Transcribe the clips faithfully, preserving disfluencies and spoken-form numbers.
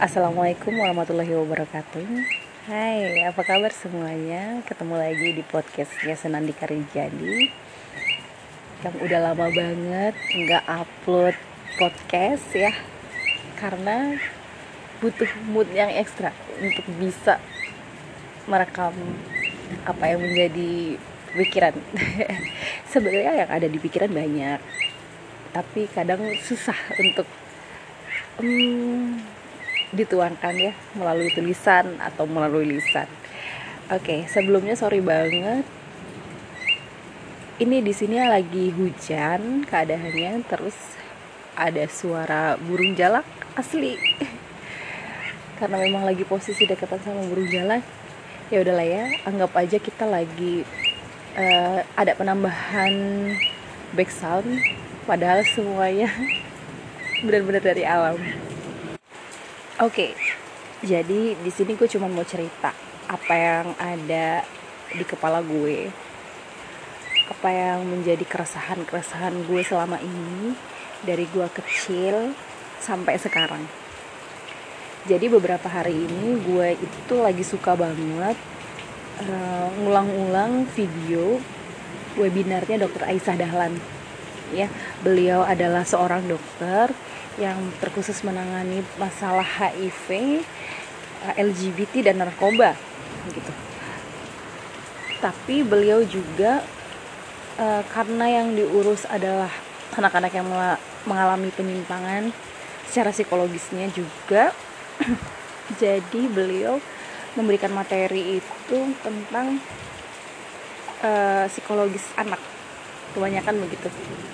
Assalamualaikum warahmatullahi wabarakatuh. Hai, apa kabar semuanya? Ketemu lagi di podcastnya Senandika Rijadi yang udah lama banget nggak upload podcast ya, karena butuh mood yang ekstra untuk bisa merekam apa yang menjadi pikiran. Sebenarnya yang ada di pikiran banyak, tapi kadang susah untuk hmm, dituangkan ya melalui tulisan atau melalui lisan. Oke, sebelumnya sorry banget. Ini di sini lagi hujan keadaannya, terus ada suara burung jalak asli. Karena memang lagi posisi dekatan sama burung jalak. Ya udahlah ya, anggap aja kita lagi uh, ada penambahan back sound, padahal semuanya benar-benar dari alam. Oke, okay, jadi di sini gue cuma mau cerita apa yang ada di kepala gue, apa yang menjadi keresahan-keresahan gue selama ini dari gue kecil sampai sekarang. Jadi beberapa hari ini gue itu lagi suka banget uh, ngulang-ulang video webinarnya dokter Aisyah Dahlan. Ya, beliau adalah seorang dokter yang terkhusus menangani masalah H I V, L G B T dan narkoba gitu. Tapi beliau juga uh, karena yang diurus adalah anak-anak yang mengalami penyimpangan secara psikologisnya juga. Jadi beliau memberikan materi itu tentang uh, psikologis anak, kebanyakan begitu.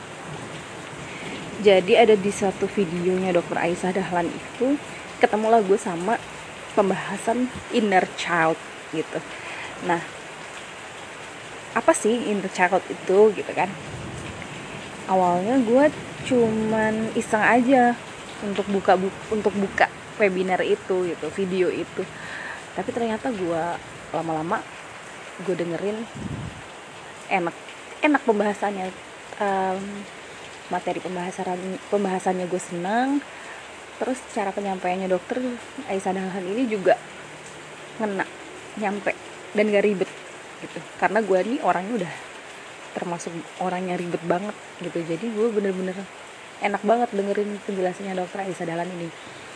Jadi ada di satu videonya dokter Aisyah Dahlan itu, ketemulah gue sama pembahasan inner child gitu. Nah, apa sih inner child itu gitu kan? Awalnya gue cuman iseng aja untuk buka bu- untuk buka webinar itu gitu, video itu. Tapi ternyata gue lama-lama gue dengerin enak, enak pembahasannya. Um, materi pembahasan pembahasannya gue senang, terus cara penyampaiannya dokter Aisyah Dahlan ini juga ngena, nyampe dan gak ribet gitu, karena gue nih orangnya udah termasuk orang yang ribet banget gitu, jadi gue bener-bener enak banget dengerin penjelasannya dokter Aisyah Dahlan ini.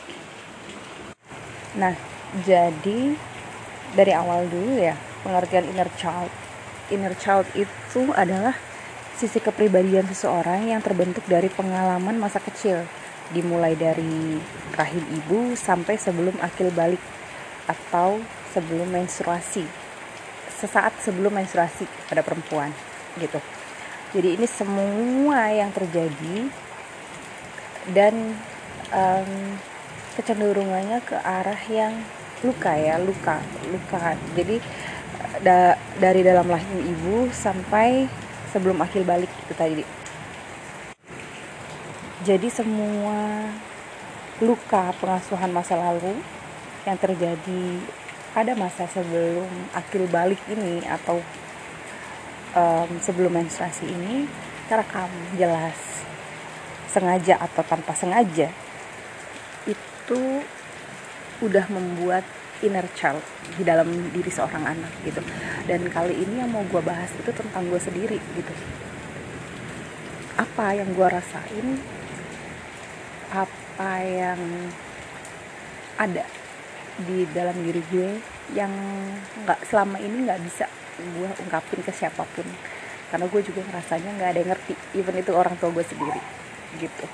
Nah, jadi dari awal dulu ya, pengertian inner child inner child itu adalah sisi kepribadian seseorang yang terbentuk dari pengalaman masa kecil, dimulai dari rahim ibu sampai sebelum akil balik atau sebelum menstruasi, sesaat sebelum menstruasi pada perempuan gitu. Jadi ini semua yang terjadi dan um, kecenderungannya ke arah yang luka ya, luka, luka. Jadi da- dari dalam rahim ibu sampai sebelum akil balik itu tadi. Jadi semua luka pengasuhan masa lalu yang terjadi pada masa sebelum akil balik ini atau um, sebelum menstruasi ini terekam jelas, sengaja atau tanpa sengaja, itu udah membuat inner child di dalam diri seorang anak gitu. Dan kali ini yang mau gue bahas itu tentang gue sendiri gitu. Apa yang gue rasain, apa yang ada di dalam diri gue yang nggak selama ini nggak bisa gue ungkapin ke siapapun, karena gue juga ngerasanya nggak ada yang ngerti, even itu orang tua gue sendiri gitu.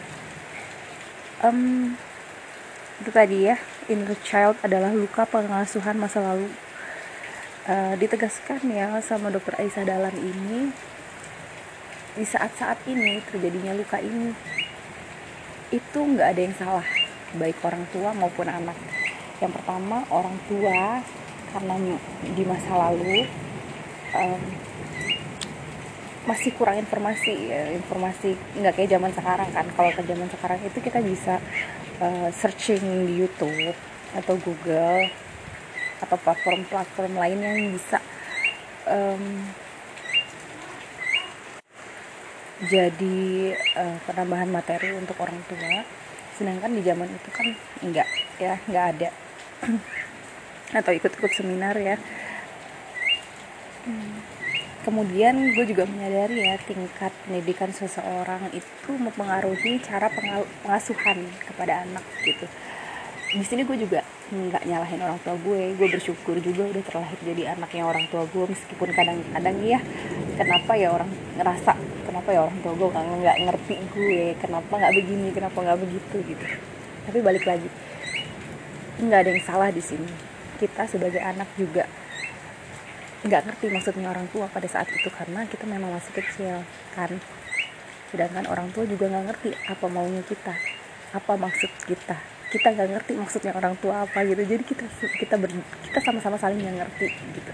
Um, itu tadi ya, inner child adalah luka pengasuhan masa lalu. Uh, ditegaskan ya sama dokter Aisyah Dahlan ini, di saat-saat ini terjadinya luka ini itu nggak ada yang salah, baik orang tua maupun anak. Yang pertama, orang tua karena di masa lalu um, masih kurang informasi ya, informasi nggak kayak zaman sekarang kan. Kalau ke zaman sekarang itu kita bisa uh, searching di YouTube atau Google atau platform-platform lain yang bisa um, jadi uh, penambahan materi untuk orang tua sedangkan di zaman itu kan enggak ya, enggak ada atau ikut-ikut seminar ya. hmm. Kemudian gue juga menyadari ya, tingkat pendidikan seseorang itu mempengaruhi cara pengasuhan kepada anak gitu. Di sini gue juga nggak nyalahin orang tua gue, gue bersyukur juga udah terlahir jadi anaknya orang tua gue, meskipun kadang-kadang ya kenapa ya orang ngerasa kenapa ya orang tua gue nggak ngerti gue, kenapa nggak begini, kenapa nggak begitu gitu. Tapi balik lagi, nggak ada yang salah di sini. Kita sebagai anak juga nggak ngerti maksudnya orang tua pada saat itu karena kita memang masih kecil kan. Sedangkan orang tua juga nggak ngerti apa maunya kita, apa maksud kita. Kita nggak ngerti maksudnya orang tua apa gitu. Jadi kita kita ber, kita sama-sama saling nggak ngerti gitu.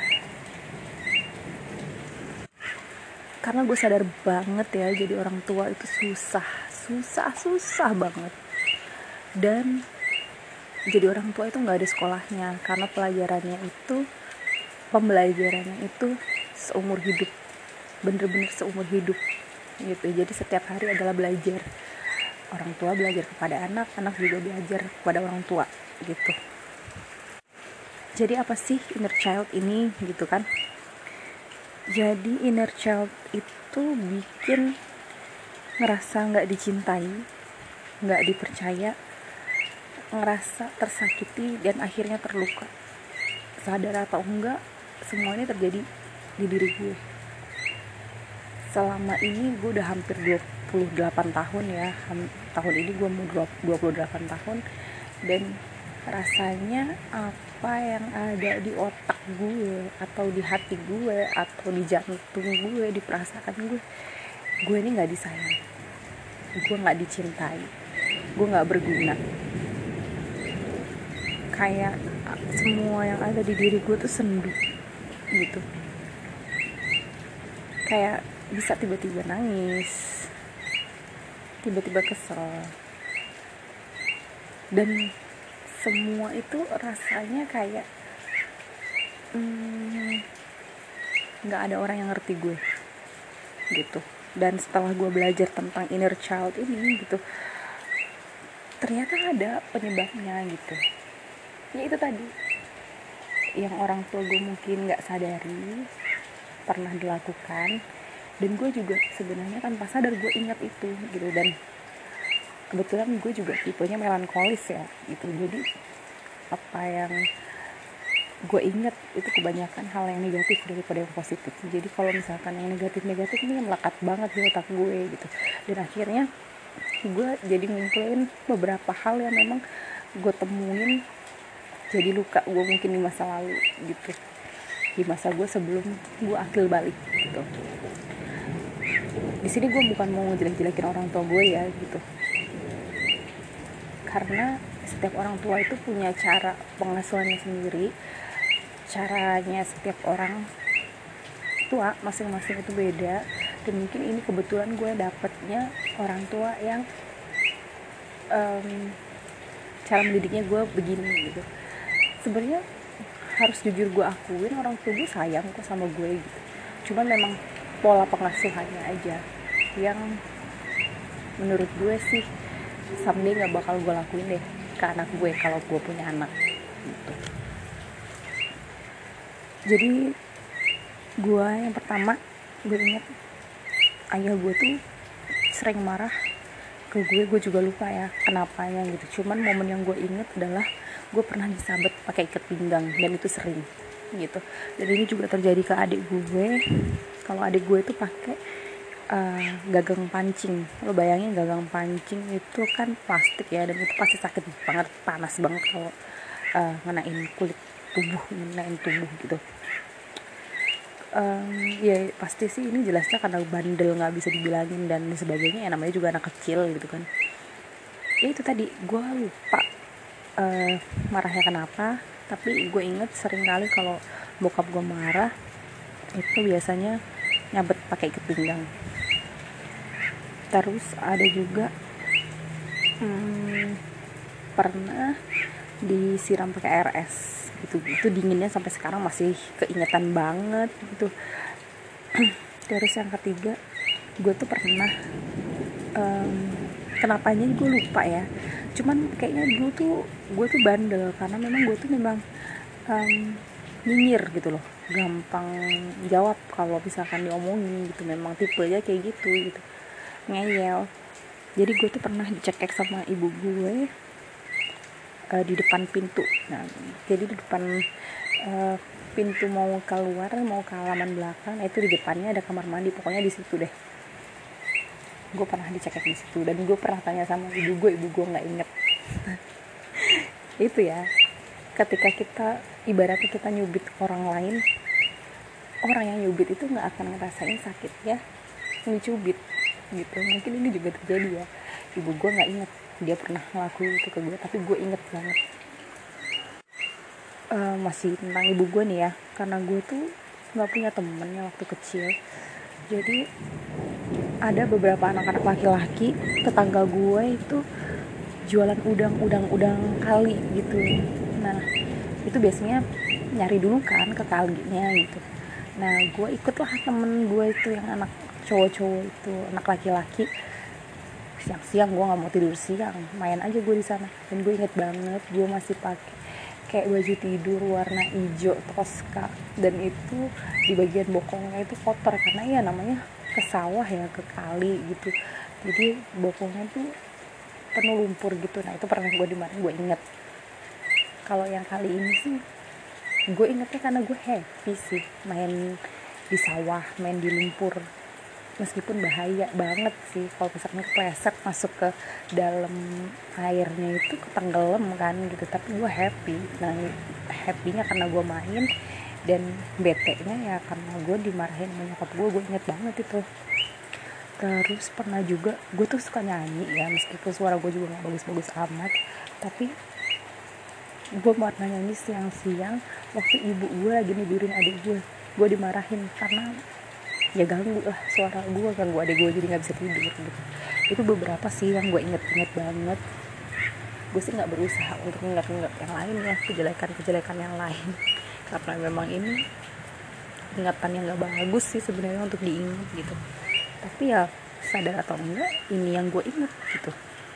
Karena gue sadar banget ya, jadi orang tua itu susah, susah, susah banget. Dan jadi orang tua itu nggak ada sekolahnya, karena pelajarannya itu pembelajarannya itu seumur hidup, bener-bener seumur hidup gitu. Jadi setiap hari adalah belajar. Orang tua belajar kepada anak, anak juga belajar kepada orang tua gitu. Jadi apa sih inner child ini gitu kan? Jadi inner child itu bikin ngerasa nggak dicintai, nggak dipercaya, ngerasa tersakiti, dan akhirnya terluka. Sadar atau enggak, semua ini terjadi di diri gue. Selama ini gue udah hampir dua puluh delapan tahun ya, tahun ini gue mau dua puluh delapan tahun, dan rasanya apa yang ada di otak gue atau di hati gue atau di jantung gue, di perasaan gue, gue ini gak disayang, gue gak dicintai, gue gak berguna. Kayak semua yang ada di diri gue tuh sendu gitu. Kayak bisa tiba-tiba nangis, tiba-tiba kesel, dan semua itu rasanya kayak hmm, gak ada orang yang ngerti gue gitu. Dan setelah gue belajar tentang inner child ini gitu, ternyata ada penyebabnya gitu. Ya itu tadi, yang orang tua gue mungkin gak sadari pernah dilakukan, dan gue juga sebenarnya tanpa sadar gue ingat itu gitu. Dan kebetulan gue juga tipenya melankolis ya gitu. Jadi apa yang gue ingat itu kebanyakan hal yang negatif daripada yang positif. Jadi kalau misalkan yang negatif-negatif ini melekat banget di otak gue gitu. Dan akhirnya gue jadi ngumpulin beberapa hal yang memang gue temuin jadi luka gue mungkin di masa lalu gitu, di masa gue sebelum gue akil balik gitu. Di sini gue bukan mau ngejelek-jelekin orang tua gue ya gitu, karena setiap orang tua itu punya cara pengasuhannya sendiri. Caranya setiap orang tua masing-masing itu beda, dan mungkin ini kebetulan gue dapetnya orang tua yang um, cara mendidiknya gue begini gitu. Sebenarnya harus jujur gue akuin, orang tua gue sayang kok sama gue gitu. Cuman memang pola pengasuhannya aja yang menurut gue sih someday gak bakal gue lakuin deh ke anak gue kalau gue punya anak gitu. Jadi gue yang pertama, gue ingat ayah gue tuh sering marah ke gue. Gue juga lupa ya kenapanya gitu. Cuman momen yang gue ingat adalah gue pernah disabet pakai ikat pinggang, dan itu sering gitu. Dan ini juga terjadi ke adik gue. Kalau adik gue itu pakai uh, gagang pancing. Lo bayangin gagang pancing itu kan plastik ya, dan itu pasti sakit banget, panas banget kalau uh, ngenain kulit tubuh, ngenain tubuh gitu. Um, ya pasti sih ini jelasnya karena bandel, nggak bisa dibilangin dan sebagainya. Ya namanya juga anak kecil gitu kan. Ya itu tadi, gue lupa uh, marahnya kenapa, tapi gue inget sering kali kalau bokap gue marah itu biasanya nyabet pakai ikat pinggang. Terus ada juga hmm, pernah disiram pakai air es gitu. Itu dinginnya sampai sekarang masih keingetan banget gitu. Terus yang ketiga, gue tuh pernah um, kenapanya gue lupa ya, cuman kayaknya dulu tuh gue tuh bandel karena memang gue tuh memang um, nyinyir gitu loh, gampang jawab kalau misalkan diomongin gitu, memang tipenya kayak gitu gitu, ngeyel. Jadi gue tuh pernah dicekek sama ibu gue uh, di depan pintu. Nah, jadi di depan uh, pintu mau keluar, mau ke halaman belakang, nah itu di depannya ada kamar mandi, pokoknya di situ deh. Gue pernah dicekek di situ dan gue pernah tanya sama ibu gue, ibu gue nggak inget. Itu ya, ketika kita ibaratnya kita nyubit orang lain, orang yang nyubit itu nggak akan ngerasain sakit ya ngecubit gitu. Mungkin ini juga terjadi ya, ibu gue nggak inget dia pernah ngelakuin itu ke gue, tapi gue inget banget. Uh, masih tentang ibu gue nih ya, karena gue tuh nggak punya temen yang waktu kecil, jadi ada beberapa anak-anak laki-laki tetangga gue itu jualan udang udang udang kali gitu. Nah itu biasanya nyari dulu kan ke kalinya gitu. Nah gue ikutlah temen gue itu yang anak cowok-cowok itu, anak laki-laki. Siang-siang gue nggak mau tidur siang, main aja gue di sana. Dan gue inget banget gue masih pakai kayak baju tidur warna hijau Tosca, dan itu di bagian bokongnya itu kotor karena ya namanya ke sawah ya, ke kali gitu, jadi bokongnya tuh penuh lumpur gitu. Nah itu pernah gue dimarahin, gue inget. Kalau yang kali ini sih gue ingetnya karena gue happy sih main di sawah, main di lumpur, meskipun bahaya banget sih kalau misalnya kepleset masuk ke dalam airnya itu ketenggelam kan gitu, tapi gue happy. Nah happynya karena gue main, dan bete-nya ya karena gue dimarahin sama nyokap gue, gue inget banget itu. Terus pernah juga gue tuh suka nyanyi ya, meskipun suara gue juga gak bagus-bagus amat, tapi gue mau nyanyi siang-siang waktu ibu gue lagi nidurin adik gue. Gue dimarahin karena ya ganggu lah suara gue, ganggu adik gue jadi gak bisa tidur gitu. Itu beberapa sih yang gue inget-inget banget. Gue sih gak berusaha untuk ingat-ingat yang lain ya, kejelekan-kejelekan yang lain, karena memang ini ingatan yang gak bagus sih sebenarnya untuk diingat gitu. Tapi ya sadar atau enggak, ini yang gue inget gitu.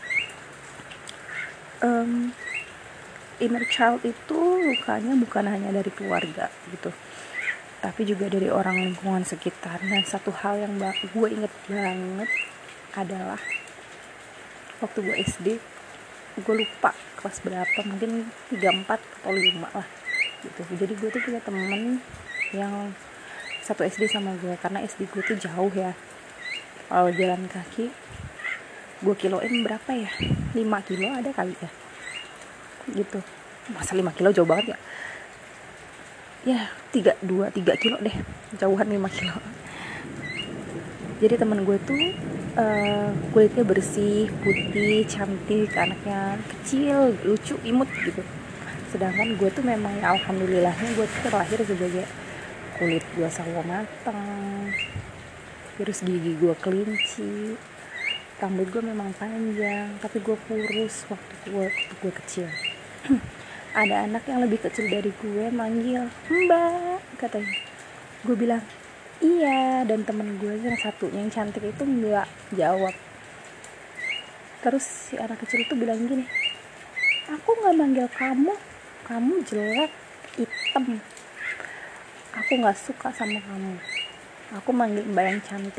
um, Inner child itu lukanya bukan hanya dari keluarga gitu, tapi juga dari orang lingkungan sekitar. Dan satu hal yang gue inget banget adalah waktu gue S D, gue lupa kelas berapa, mungkin tiga, empat atau lima lah gitu. Jadi gue tuh punya temen yang satu S D sama gue, karena S D gue tuh jauh ya, kalau jalan kaki gue kiloin berapa ya, lima kilo ada kali ya gitu. Masa lima kilo jauh banget ya, ya tiga, dua, tiga kilo deh, jauhan lima kilo. Jadi temen gue tuh uh, kulitnya bersih, putih, cantik, anaknya kecil, lucu, imut gitu. Sedangkan gue tuh memang ya alhamdulillahnya gue tuh terlahir sebagai kulit gue sawo matang, terus gigi gue kelinci, rambut gue memang panjang, tapi gue kurus waktu gue, waktu gue kecil. Ada anak yang lebih kecil dari gue manggil Mbak katanya, gue bilang iya, dan temen gue yang satunya yang cantik itu nggak jawab. Terus si anak kecil itu bilang gini, aku nggak manggil kamu, kamu jelek, hitam, aku nggak suka sama kamu, aku manggil Mbak yang cantik.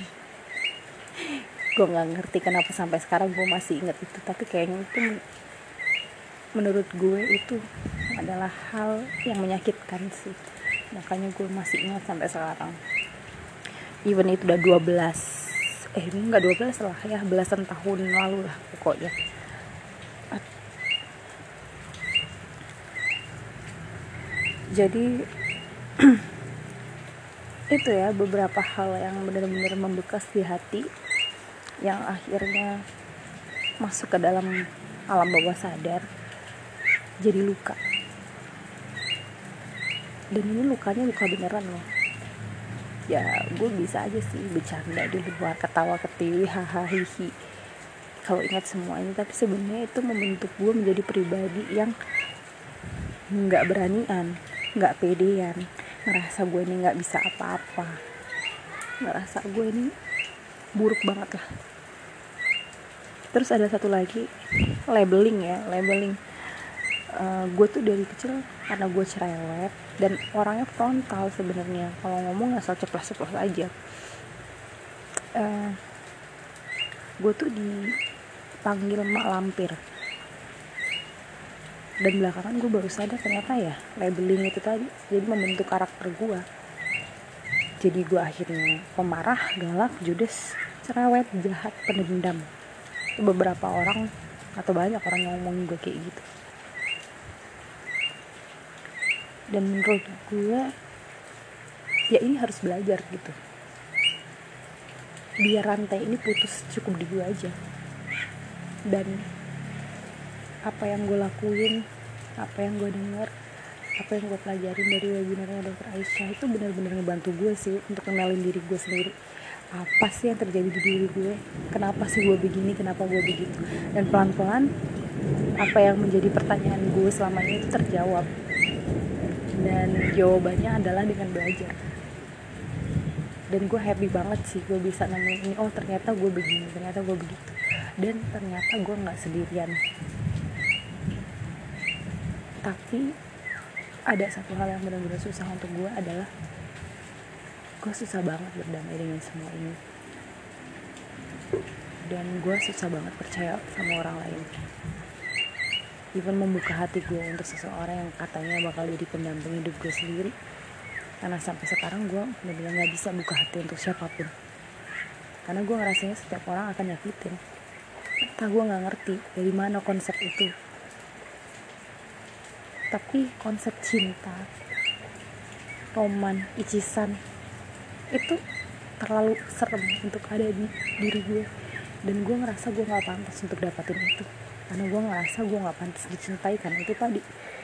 Gue nggak ngerti kenapa sampai sekarang gue masih inget itu, tapi kayaknya itu menurut gue itu adalah hal yang menyakitkan sih, makanya gue masih ingat sampai sekarang. Even itu udah dua belas eh enggak dua belas lah ya, belasan tahun lalu lah pokoknya. Jadi itu ya beberapa hal yang benar-benar membekas di hati, yang akhirnya masuk ke dalam alam bawah sadar, jadi luka. Dan ini lukanya luka beneran loh. Ya gue bisa aja sih bercanda di luar, ketawa ketiwi, hahaha hihi kalau ingat semua ini, tapi sebenarnya itu membentuk gue menjadi pribadi yang nggak beranian, nggak pedean, ngerasa gue ini nggak bisa apa-apa, ngerasa gue ini buruk banget lah. Terus ada satu lagi, labeling ya, labeling. Uh, gue tuh dari kecil karena gue cerewet dan orangnya frontal sebenarnya. Kalau ngomong asal ceplos-ceplos aja. Uh, gue tuh dipanggil mak lampir. Dan belakangan gue baru sadar ternyata ya labeling itu tadi jadi membentuk karakter gue. Jadi gue akhirnya pemarah, galak, judes, cerewet, jahat, pendendam. Beberapa orang atau banyak orang yang ngomongin gue kayak gitu. Dan menurut gue ya ini harus belajar gitu. Biar rantai ini putus cukup di gue aja. Dan apa yang gue lakuin, apa yang gue dengar, apa yang gue pelajarin dari webinarnya dokter Aisyah itu benar-benar ngebantu gue sih untuk kenalin diri gue sendiri. Apa sih yang terjadi di diri gue, kenapa sih gue begini, kenapa gue begitu. Dan pelan-pelan apa yang menjadi pertanyaan gue selama ini itu terjawab, dan jawabannya adalah dengan belajar. Dan gue happy banget sih gue bisa nemuin ini, oh ternyata gue begini, ternyata gue begitu, dan ternyata gue gak sendirian. Tapi ada satu hal yang benar-benar susah untuk gue adalah gue susah banget berdamai dengan semua ini. Dan gue susah banget percaya sama orang lain. Even membuka hati gue untuk seseorang yang katanya bakal jadi pendamping hidup gue sendiri. Karena sampai sekarang gue benar-benar gak bisa buka hati untuk siapapun. Karena gue ngerasanya setiap orang akan nyakitin. Entah gue gak ngerti dari mana konsep itu. Tapi konsep cinta, roman, icisan itu terlalu serem untuk ada di diri gue. Dan gue ngerasa gue gak pantas untuk dapatin itu. Karena gue ngerasa gue gak pantas dicintai. Karena itu tadi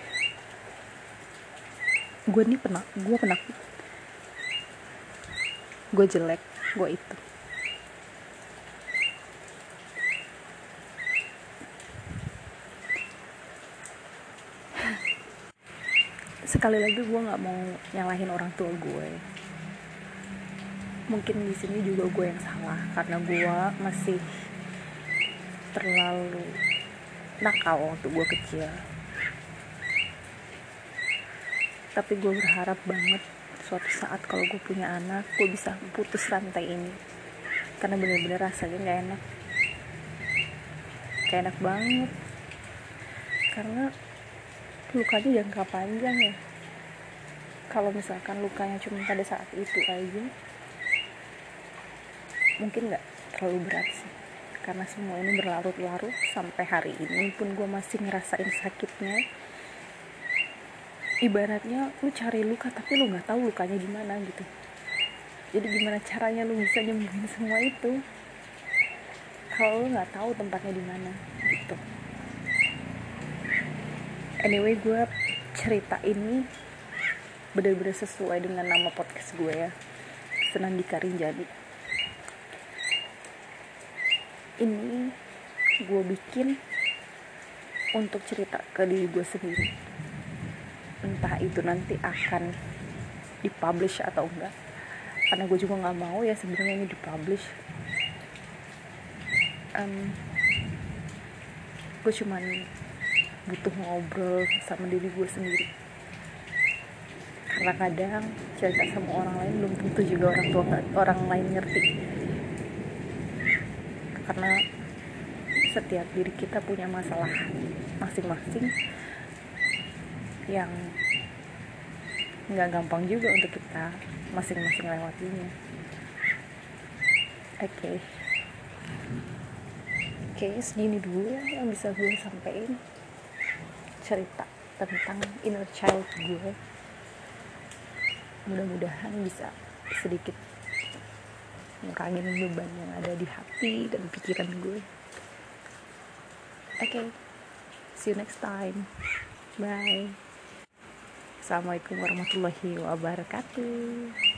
gue nih penak, gue penakut, gue jelek, gue itu. Sekali lagi gue nggak mau nyalahin orang tua gue. Mungkin di sini juga gue yang salah karena gue masih terlalu nakal waktu gue kecil. Tapi gue berharap banget suatu saat kalau gue punya anak, gue bisa putus rantai ini. Karena bener-bener rasanya gak enak. Gak enak banget. Karena lukanya jangka panjang ya. Kalau misalkan lukanya cuma pada saat itu aja, mungkin gak terlalu berat sih. Karena semua ini berlarut-larut sampai hari ini pun gue masih ngerasain sakitnya. Ibaratnya lu cari luka tapi lu nggak tahu lukanya gimana gitu. Jadi gimana caranya lu bisa nyembuhin semua itu kalau lu nggak tahu tempatnya di mana gitu. Anyway, gue cerita ini benar-benar sesuai dengan nama podcast gue ya, Senandika Rinjani. Ini gue bikin untuk cerita ke diri gue sendiri. Entah itu nanti akan dipublish atau enggak, karena gue juga nggak mau ya sebenarnya ini dipublish. Um, gue cuman butuh ngobrol sama diri gue sendiri. Karena kadang cerita sama orang lain belum tentu juga orang tua orang lain ngerti. Karena setiap diri kita punya masalah masing-masing yang nggak gampang juga untuk kita masing-masing lewatinya. Oke, okay. Kayaknya segini dulu ya yang bisa gue sampein cerita tentang inner child gue. Mudah-mudahan bisa sedikit ngurangin beban yang ada di hati dan pikiran gue. Oke, okay. See you next time. Bye. Assalamualaikum warahmatullahi wabarakatuh.